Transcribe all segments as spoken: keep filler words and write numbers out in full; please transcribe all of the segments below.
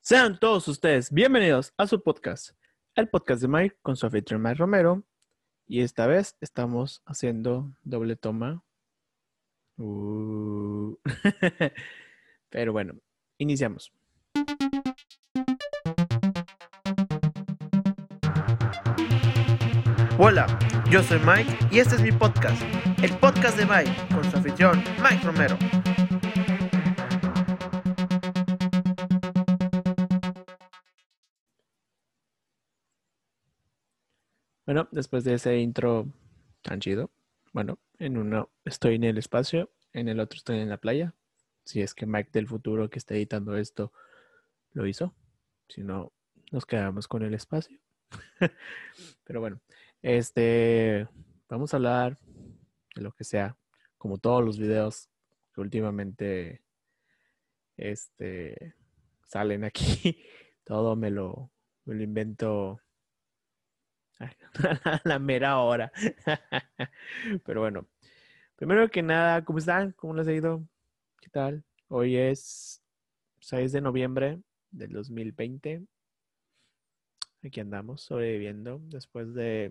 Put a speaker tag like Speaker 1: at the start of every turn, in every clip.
Speaker 1: Sean todos ustedes bienvenidos a su podcast, el podcast de Mike con su anfitrión Mike Romero. Y esta vez estamos haciendo doble toma. Uh. Pero bueno, iniciamos. Hola, yo soy Mike y este es mi podcast, el podcast de Mike con su anfitrión Mike Romero. Bueno, después de ese intro tan chido, bueno, en uno estoy en el espacio, en el otro estoy en la playa. Si es que Mike del futuro que está editando esto lo hizo. Si no, nos quedamos con el espacio. Pero bueno, este, vamos a hablar de lo que sea, como todos los videos que últimamente este, salen aquí. Todo me lo, me lo invento a la mera hora. Pero bueno, primero que nada, ¿cómo están? ¿Cómo les ha ido? ¿Qué tal? Hoy es seis de noviembre del dos mil veinte. Aquí andamos sobreviviendo después de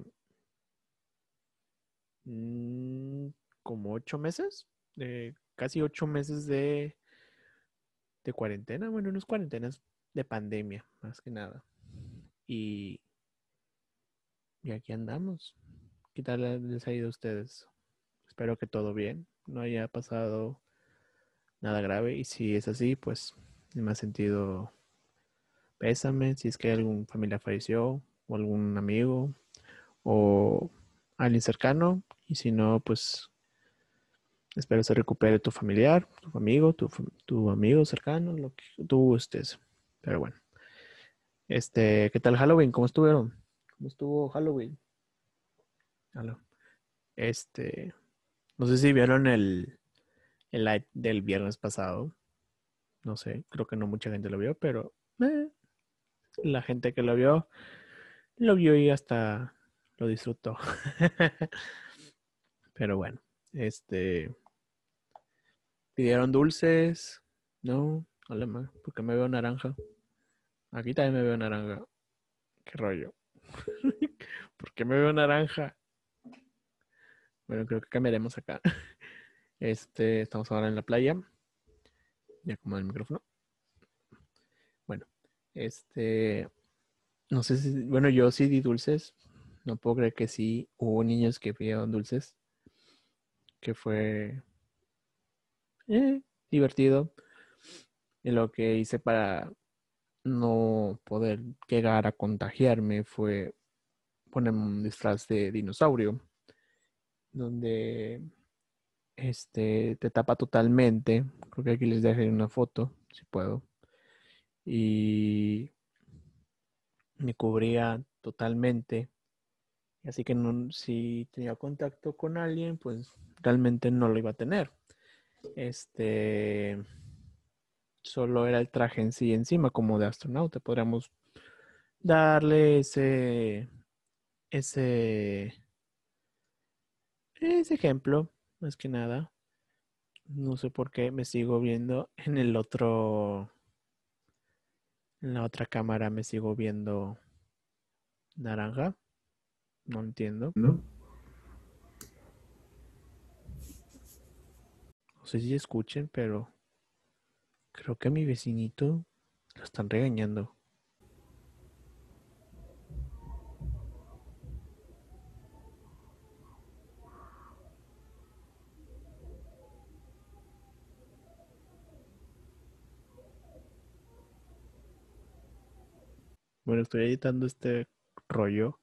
Speaker 1: mmm, como ocho meses, de casi ocho meses de, de cuarentena. Bueno, no es cuarentena, es de pandemia, más que nada. Y, y aquí andamos. ¿Qué tal les ha ido a ustedes? Espero que todo bien, no haya pasado nada grave. Y si es así, pues en más sentido, pésame. Si es que algún familiar falleció, o algún amigo, o alguien cercano. Y si no, pues espero se recupere tu familiar, tu amigo, tu, tu amigo cercano, lo que tú gustes. Pero bueno, este, ¿qué tal Halloween? ¿Cómo estuvieron? ¿Cómo estuvo Halloween? Hello. Este, no sé si vieron el, el live del viernes pasado. No sé, creo que no mucha gente lo vio, pero eh, la gente que lo vio, lo vio y hasta lo disfrutó. Pero bueno, este, pidieron dulces, ¿no? Hola, ma, ¿por qué me veo naranja? Aquí también me veo naranja. ¿Qué rollo? ¿Por qué me veo naranja? Bueno, creo que cambiaremos acá. Este, estamos ahora en la playa. Ya como el micrófono. Bueno, este, no sé si, bueno, yo sí di dulces. No puedo creer que sí hubo niños que pidieron dulces. Que fue eh, divertido. Y lo que hice para no poder llegar a contagiarme fue ponerme un disfraz de dinosaurio. Donde este te tapa totalmente. Creo que aquí les dejaré una foto, si puedo. Y me cubría totalmente. Así que no, si tenía contacto con alguien, pues realmente no lo iba a tener. Este solo era el traje en sí encima, como de astronauta. Podríamos darle ese, ese, ese ejemplo, más que nada. No sé por qué me sigo viendo en el otro, en la otra cámara me sigo viendo naranja. No entiendo.
Speaker 2: ¿No?
Speaker 1: No sé si escuchen, pero creo que a mi vecinito lo están regañando. Bueno, estoy editando este rollo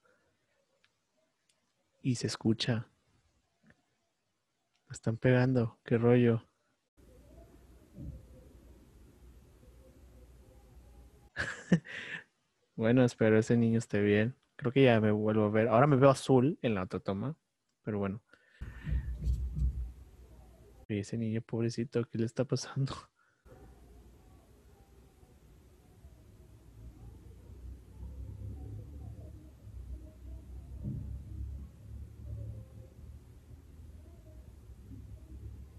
Speaker 1: y se escucha. Me están pegando. ¿Qué rollo? Bueno, espero ese niño esté bien. Creo que ya me vuelvo a ver. Ahora me veo azul en la otra toma. Pero bueno. Y ese niño pobrecito, ¿qué le está pasando?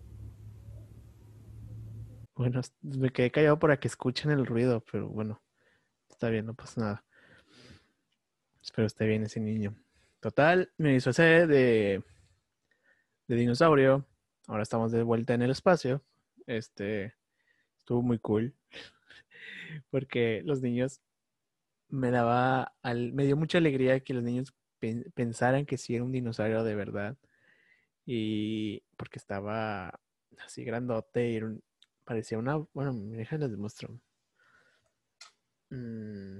Speaker 1: Bueno, me quedé callado para que escuchen el ruido, pero bueno. Está bien, no pasa nada. Espero esté bien ese niño. Total, me disfracé de, de dinosaurio. Ahora estamos de vuelta en el espacio. Este, estuvo muy cool. Porque los niños me daba, al, me dio mucha alegría que los niños pen- pensaran que sí era un dinosaurio de verdad. Y porque estaba así grandote y era un- parecía una, bueno, déjenles demuestro. Mm,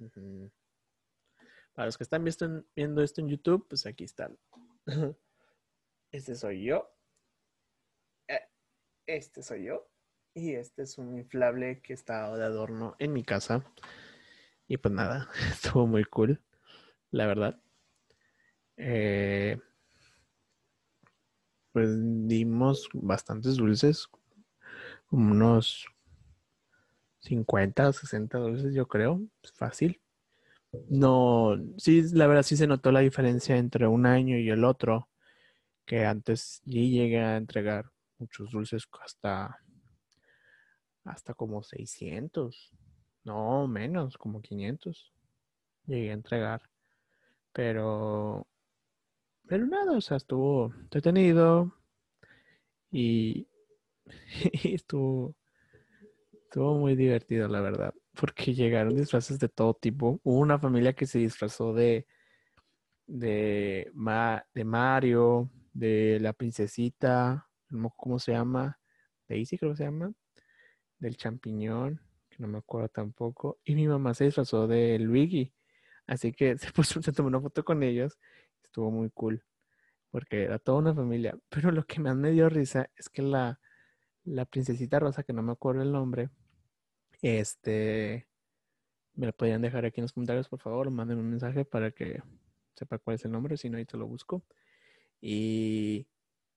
Speaker 1: Para los que están visto- viendo esto en YouTube, pues aquí están. Este soy yo. eh, Este soy yo. Y este es un inflable que está de adorno en mi casa. Y pues nada, estuvo muy cool, la verdad. Eh, pues dimos bastantes dulces, como unos cincuenta o sesenta dulces, yo creo. Es fácil. No, sí, la verdad sí se notó la diferencia entre un año y el otro, que antes sí llegué a entregar muchos dulces hasta, hasta como seiscientos, no menos, como quinientos llegué a entregar, pero, pero nada, o sea, estuvo entretenido y, y estuvo, estuvo muy divertido, la verdad, porque llegaron disfraces de todo tipo. Hubo una familia que se disfrazó de de, Ma- de Mario, de la princesita, no me acuerdo cómo se llama, Daisy creo que se llama, del champiñón, que no me acuerdo tampoco, y mi mamá se disfrazó de Luigi, así que se puso, se tomó una foto con ellos, estuvo muy cool, porque era toda una familia, pero lo que más me dio risa es que la, la princesita rosa, que no me acuerdo el nombre, este, me la podían dejar aquí en los comentarios, por favor, manden un mensaje para que sepa cuál es el nombre, si no, ahí te lo busco. Y,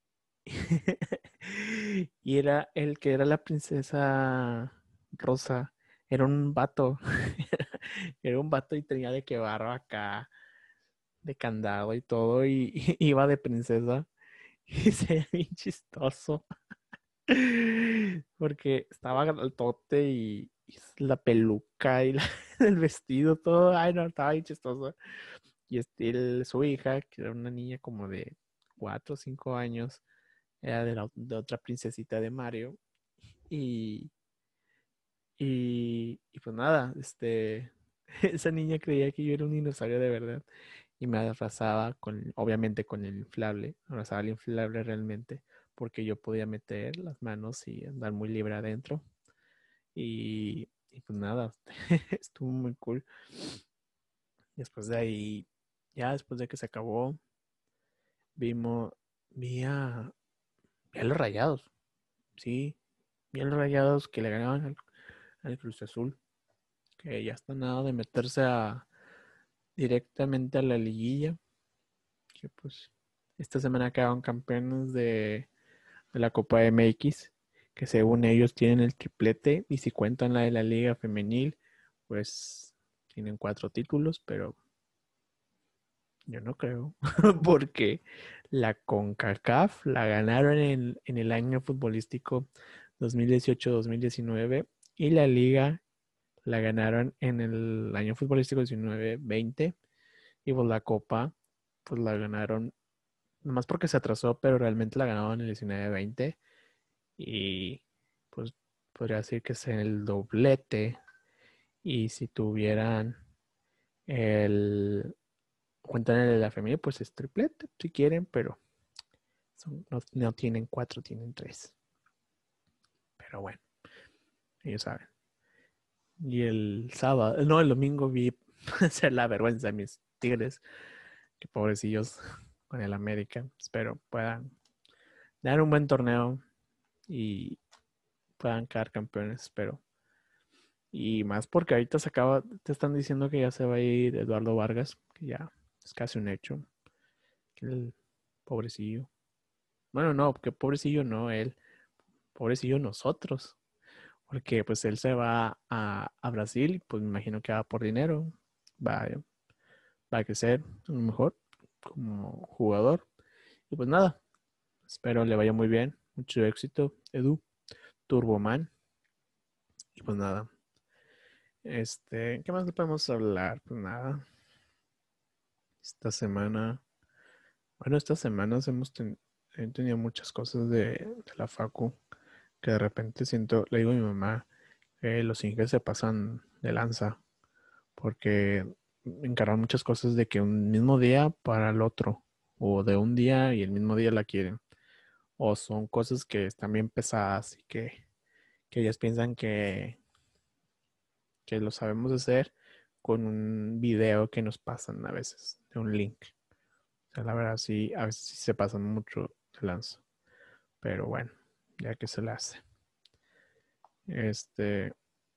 Speaker 1: y era el que era la princesa Rosa. Era un vato. Era un vato y tenía de que barba acá, de candado y todo. Y, y iba de princesa. Y se veía bien chistoso. Porque estaba altote y, y la peluca y la- el vestido, todo. Ay, no, estaba bien chistoso. Y este, el- su hija, que era una niña como de cuatro o cinco años, era de, la, de otra princesita de Mario. Y, y, y pues nada, este, esa niña creía que yo era un dinosaurio de verdad. Y me abrazaba con, obviamente con el inflable, abrazaba el inflable realmente, porque yo podía meter las manos y andar muy libre adentro. Y, y pues nada, estuvo muy cool. Después de ahí, ya después de que se acabó, vimos, vi a, vi a los Rayados, sí, vi a los Rayados que le ganaban al, al Cruz Azul, que ya está nada de meterse a, directamente a la liguilla, que pues esta semana quedaron campeones de, de la Copa M X, que según ellos tienen el triplete y si cuentan la de la Liga Femenil, pues tienen cuatro títulos, pero yo no creo, porque la CONCACAF la ganaron en, en el año futbolístico dos mil dieciocho dos mil diecinueve y la Liga la ganaron en el año futbolístico diecinueve veinte y pues la Copa pues la ganaron nomás porque se atrasó, pero realmente la ganaron en el diecinueve veinte y pues podría decir que es el doblete y si tuvieran el cuentan el de la femenil, pues es triplete si quieren, pero son, no, no tienen cuatro, tienen tres. Pero bueno, ellos saben. Y el sábado, no, el domingo vi hacer la vergüenza de mis Tigres, que pobrecillos con el América. Espero puedan dar un buen torneo y puedan quedar campeones, espero. Y más porque ahorita se acaba, te están diciendo que ya se va a ir Eduardo Vargas, que ya es casi un hecho. El pobrecillo. Bueno, no, que pobrecillo no, él. Pobrecillo nosotros. Porque pues él se va a, a Brasil, pues me imagino que va por dinero. Va, va a crecer a lo mejor como jugador. Y pues nada, espero le vaya muy bien. Mucho éxito, Edu, Turboman. Y pues nada, Este, ¿qué más le podemos hablar? Pues nada. Esta semana, bueno, estas semanas hemos ten- he tenido muchas cosas de, de la facu que de repente siento, le digo a mi mamá, que los ingenieros se pasan de lanza porque encargan muchas cosas de que un mismo día para el otro, o de un día y el mismo día la quieren, o son cosas que están bien pesadas y que, que ellas piensan que, que lo sabemos hacer con un video que nos pasan a veces, de un link. O sea, la verdad sí, a veces sí se pasan mucho de lanza, pero bueno, ya que se le hace. Este,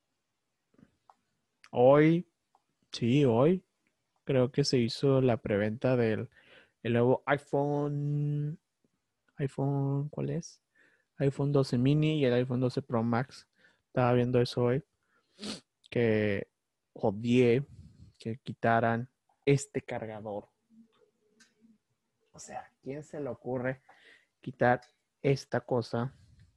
Speaker 1: hoy, sí, hoy creo que se hizo la preventa del el nuevo iPhone, iPhone, ¿cuál es? iPhone doce mini y el iPhone doce Pro Max. Estaba viendo eso hoy, que odié que quitaran este cargador. O sea, ¿quién se le ocurre quitar esta cosa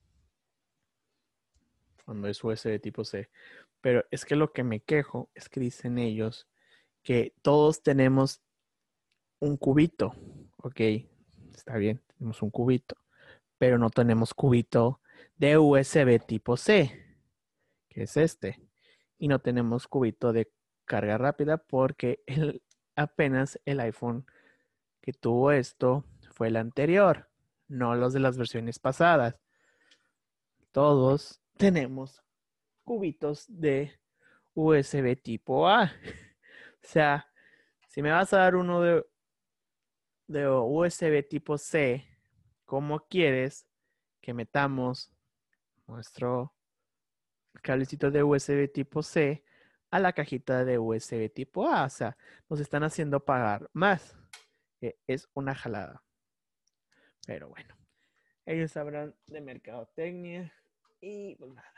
Speaker 1: cuando es U S B tipo C? Pero es que lo que me quejo es que dicen ellos que todos tenemos un cubito. Ok, está bien, tenemos un cubito, pero no tenemos cubito de U S B tipo C, que es este. Y no tenemos cubito de carga rápida porque el, apenas el iPhone que tuvo esto fue el anterior, no los de las versiones pasadas. Todos tenemos cubitos de U S B tipo A. O sea, si me vas a dar uno de, de U S B tipo C, ¿cómo quieres que metamos nuestro cablecito de U S B tipo C a la cajita de U S B tipo A? O sea, nos están haciendo pagar más. Eh, es una jalada. Pero bueno, ellos sabrán de mercadotecnia y pues nada.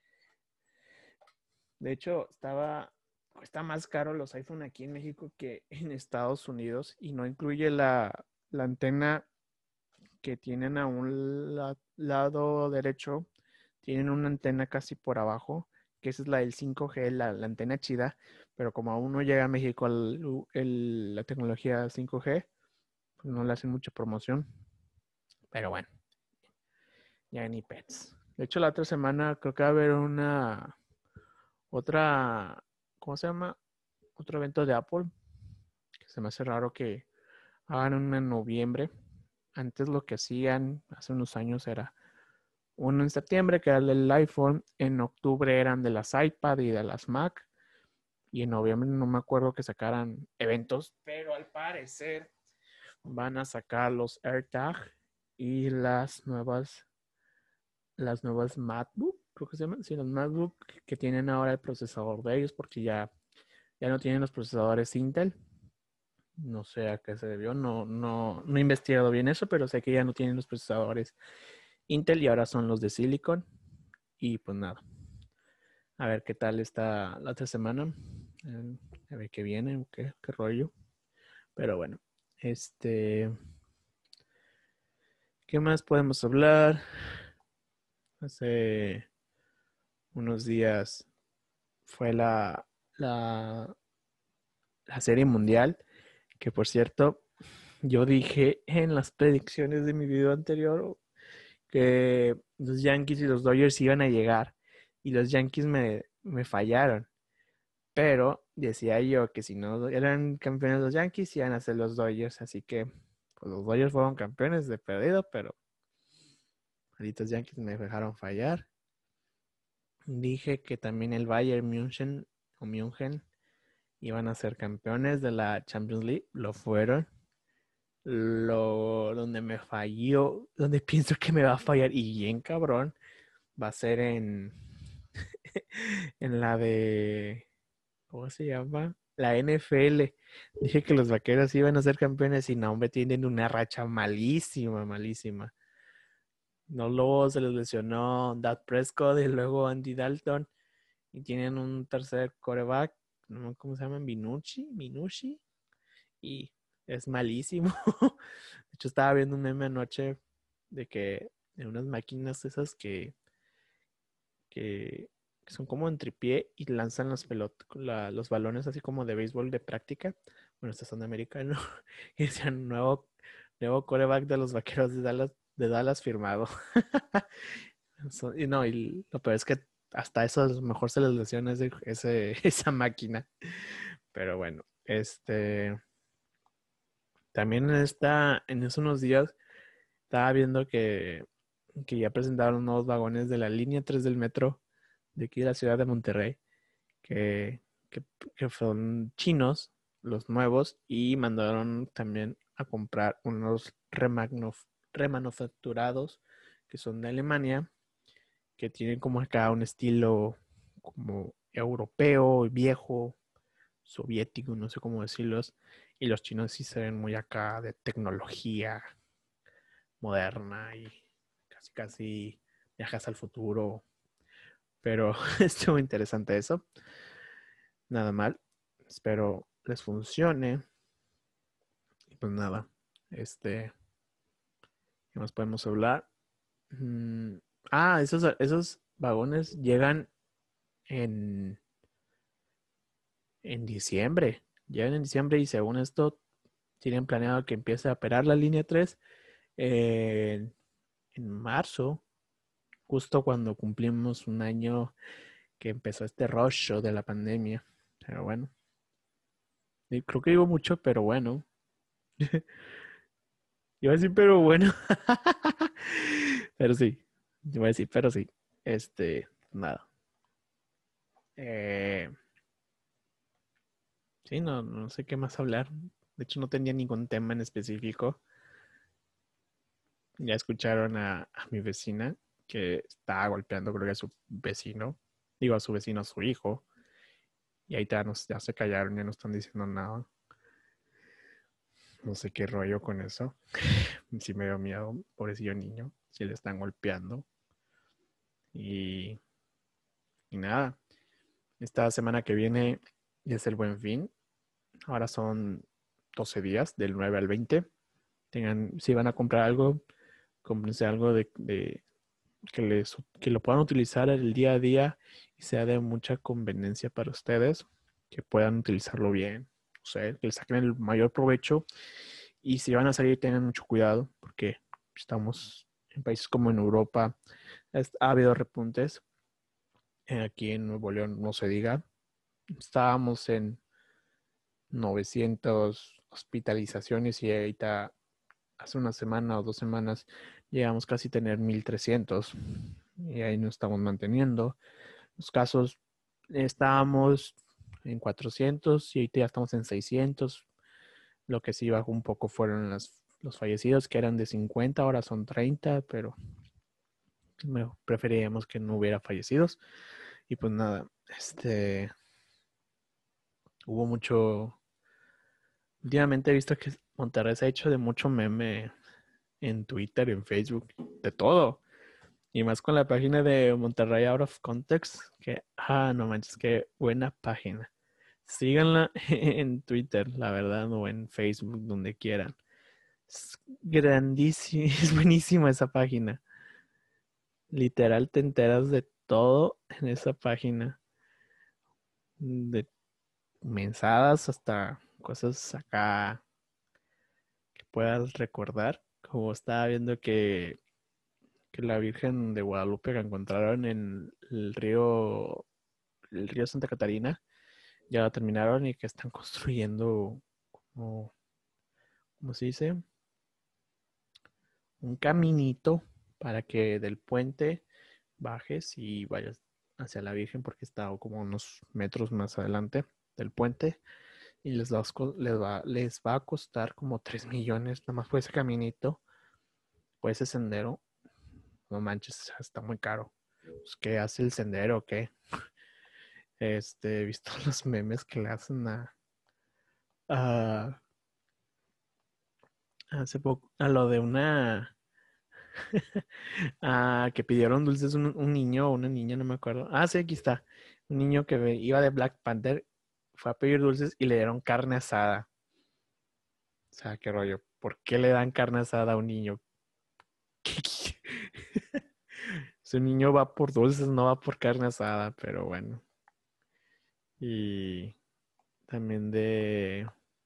Speaker 1: De hecho, estaba, cuesta más caro los iPhone aquí en México que en Estados Unidos y no incluye la, la antena que tienen a un la, lado derecho. Tienen una antena casi por abajo, que esa es la del cinco G, la, la antena chida, pero como aún no llega a México el, el, la tecnología cinco G, pues no le hacen mucha promoción. Pero bueno, ya ni pets. De hecho, la otra semana creo que va a haber una otra, ¿cómo se llama? Otro evento de Apple, que se me hace raro que hagan uno en noviembre. Antes lo que hacían hace unos años era uno en septiembre, que era el del iPhone, en octubre eran de las iPad y de las Mac, y en noviembre no me acuerdo que sacaran eventos, pero al parecer van a sacar los AirTag y las nuevas, las nuevas MacBook, creo que se llaman, sí, los MacBook que tienen ahora el procesador de ellos, porque ya, ya no tienen los procesadores Intel. No sé a qué se debió, no, no, no he investigado bien eso, pero sé que ya no tienen los procesadores Intel y ahora son los de Silicon. Y pues nada, a ver qué tal está la otra semana, eh, a ver qué viene, qué, qué rollo. Pero bueno, este, ¿qué más podemos hablar? Hace unos días fue la, la, la Serie Mundial, que por cierto, yo dije en las predicciones de mi video anterior que los Yankees y los Dodgers iban a llegar y los Yankees me, me fallaron. Pero decía yo que si no eran campeones los Yankees, iban a ser los Dodgers. Así que pues, los Dodgers fueron campeones de perdido, pero ahorita los Yankees me dejaron fallar. Dije que también el Bayern München o München iban a ser campeones de la Champions League. Lo fueron. Lo, donde me falló, donde pienso que me va a fallar y bien cabrón, va a ser en, en la de, ¿cómo se llama? La N F L. Dije que los vaqueros iban a ser campeones y no, me tienen una racha malísima, malísima. No, luego se les lesionó Dak Prescott y luego Andy Dalton. Y tienen un tercer coreback, no, ¿cómo se llama? Minucci, Minucci. Y es malísimo. De hecho, estaba viendo un meme anoche de que de unas máquinas esas que, que que son como en tripié y lanzan las pelot la, los balones así como de béisbol de práctica. Bueno, estos son de americano. Y decían nuevo, nuevo quarterback de los vaqueros de Dallas, de Dallas firmado. So, y no, y lo peor es que hasta eso a lo mejor se les lesiona ese, ese, esa máquina. Pero bueno, este también en esta, en esos unos días estaba viendo que, que ya presentaron nuevos vagones de la línea tres del metro de aquí de la ciudad de Monterrey, que, que, que son chinos, los nuevos, y mandaron también a comprar unos remanufacturados que son de Alemania, que tienen como acá un estilo como europeo, viejo, soviético, no sé cómo decirlos, y los chinos sí se ven muy acá de tecnología moderna y casi casi viajas al futuro, pero estuvo interesante eso, nada mal, espero les funcione y pues nada, este, ¿qué más podemos hablar? Mm, ah, esos, esos vagones llegan en, en diciembre, llegan en diciembre y según esto tienen planeado que empiece a operar la línea tres en, en marzo, justo cuando cumplimos un año que empezó este rush de la pandemia. Pero bueno, y creo que digo mucho, pero bueno. Iba a decir, pero bueno. Pero sí, iba a decir, pero sí. Este, nada. Eh, sí, no, no sé qué más hablar. De hecho, no tenía ningún tema en específico. Ya escucharon a, a mi vecina que está golpeando, creo que a su vecino. Digo, a su vecino, a su hijo. Y ahí ya, nos, ya se callaron, ya no están diciendo nada. No sé qué rollo con eso. Sí me dio miedo, pobrecillo niño, si le están golpeando. Y, y nada, esta semana que viene ya es el Buen Fin. Ahora son doce días, del nueve al veinte. Tengan, si van a comprar algo, cómprense algo de, de que, les, que lo puedan utilizar el día a día y sea de mucha conveniencia para ustedes, que puedan utilizarlo bien, o sea, que le saquen el mayor provecho. Y si van a salir, tengan mucho cuidado, porque estamos en países como en Europa, ha habido repuntes. Aquí en Nuevo León no se diga. Estábamos en novecientas hospitalizaciones y ahorita hace una semana o dos semanas llegamos casi a tener mil trescientos y ahí nos estamos manteniendo. Los casos estábamos en cuatrocientos y ahorita ya estamos en seiscientos. Lo que sí bajó un poco fueron las, los fallecidos, que eran de cincuenta, ahora son treinta, pero preferiríamos que no hubiera fallecidos. Y pues nada, este, hubo mucho, últimamente he visto que Monterrey se ha hecho de mucho meme en Twitter, en Facebook, de todo. Y más con la página de Monterrey Out of Context, que, ah, no manches, qué buena página. Síganla en Twitter, la verdad, o en Facebook, donde quieran. Es grandísima, es buenísima esa página. Literal, te enteras de todo en esa página. De mensadas hasta cosas acá que puedas recordar. Como estaba viendo que, que la Virgen de Guadalupe la encontraron en el río, el río Santa Catarina, ya la terminaron y que están construyendo como, ¿cómo se dice? Un caminito para que del puente bajes y vayas hacia la Virgen porque está como unos metros más adelante del puente y les va, les va, les va a costar como tres millones nada más por ese caminito, por ese sendero. No manches, está muy caro. Pues, ¿qué hace el sendero o qué? Este, he visto los memes que le hacen a, a hace poco a lo de una a que pidieron dulces un, un niño o una niña, no me acuerdo. Ah, sí, aquí está. Un niño que iba de Black Panther fue a pedir dulces y le dieron carne asada. O sea, qué rollo. ¿Por qué le dan carne asada a un niño? Ese niño va por dulces, no va por carne asada, pero bueno. Y también de,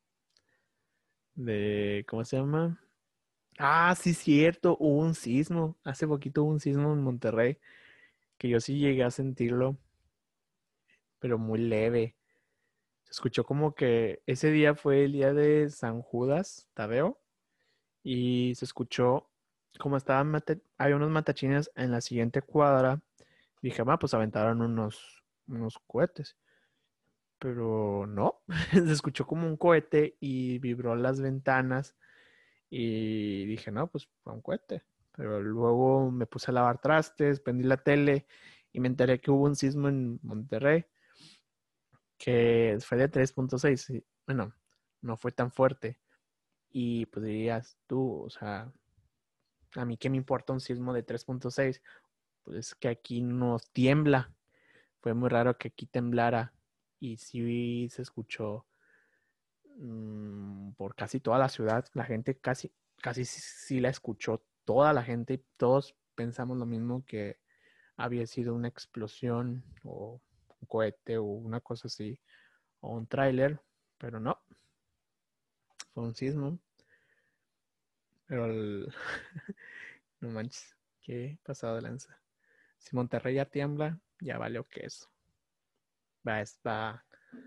Speaker 1: de, ¿cómo se llama? Ah, sí, cierto, hubo un sismo. Hace poquito hubo un sismo en Monterrey, que yo sí llegué a sentirlo, pero muy leve. Se escuchó como que ese día fue el día de San Judas Tadeo y se escuchó como estaban, mate- había unos matachines en la siguiente cuadra. Dije, va, pues aventaron unos, unos cohetes. Pero no, se escuchó como un cohete y vibró las ventanas y dije, no, pues fue un cohete. Pero luego me puse a lavar trastes, prendí la tele y me enteré que hubo un sismo en Monterrey que fue de tres punto seis. Y, bueno, no fue tan fuerte. Y pues dirías tú, o sea, a mí qué me importa un sismo de tres punto seis, pues es que aquí nos tiembla. Fue muy raro que aquí temblara y sí se escuchó mmm, por casi toda la ciudad. La gente casi, casi sí, sí la escuchó toda la gente y todos pensamos lo mismo, que había sido una explosión o un cohete o una cosa así o un tráiler, pero no, fue un sismo. Pero el... no manches, qué pasado de lanza. Si Monterrey ya tiembla, ya valió que eso. Va, es- va,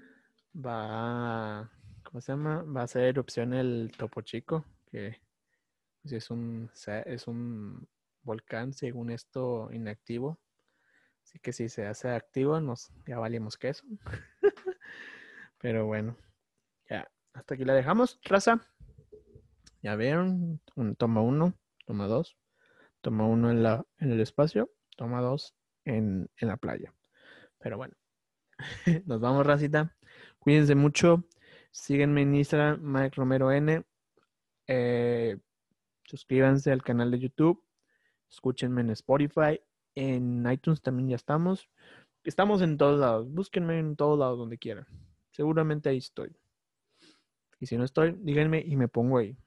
Speaker 1: va, ¿cómo se llama? Va a hacer erupción el Topo Chico, que pues, es un, es un volcán, según esto, inactivo. Así que si se hace activo, nos ya valimos queso. Pero bueno, ya, hasta aquí la dejamos, raza. Ya vieron, un, toma uno, toma dos, toma uno en, la, en el espacio, toma dos en, en la playa. Pero bueno, nos vamos, racita. Cuídense mucho. Síguenme en Instagram, Mike Romero N. Eh, suscríbanse al canal de YouTube. Escúchenme en Spotify. En iTunes también ya estamos. Estamos en todos lados. Búsquenme en todos lados donde quieran. Seguramente ahí estoy. Y si no estoy, díganme y me pongo ahí.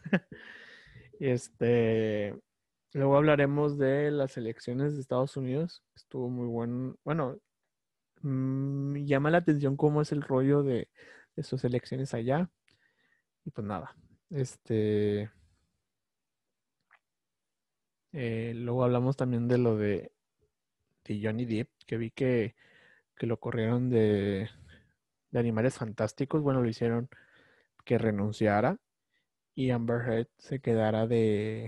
Speaker 1: Este, luego hablaremos de las elecciones de Estados Unidos. Estuvo muy bueno. Bueno, me llama la atención cómo es el rollo de, de sus elecciones allá. Y pues nada, este, eh, luego hablamos también de lo de, de Johnny Depp, que vi que, que lo corrieron de, de Animales Fantásticos. Bueno, lo hicieron que renunciara y Amber Heard se quedara de,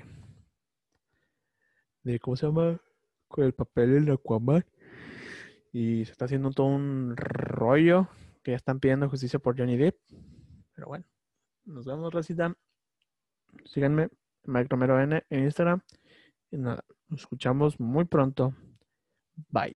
Speaker 1: de ¿cómo se llama? Con el papel en Aquaman. Y se está haciendo todo un rollo que ya están pidiendo justicia por Johnny Depp. Pero bueno, nos vemos, Rosita. Síganme, Mike Romero N en Instagram. Y nada, nos escuchamos muy pronto. Bye.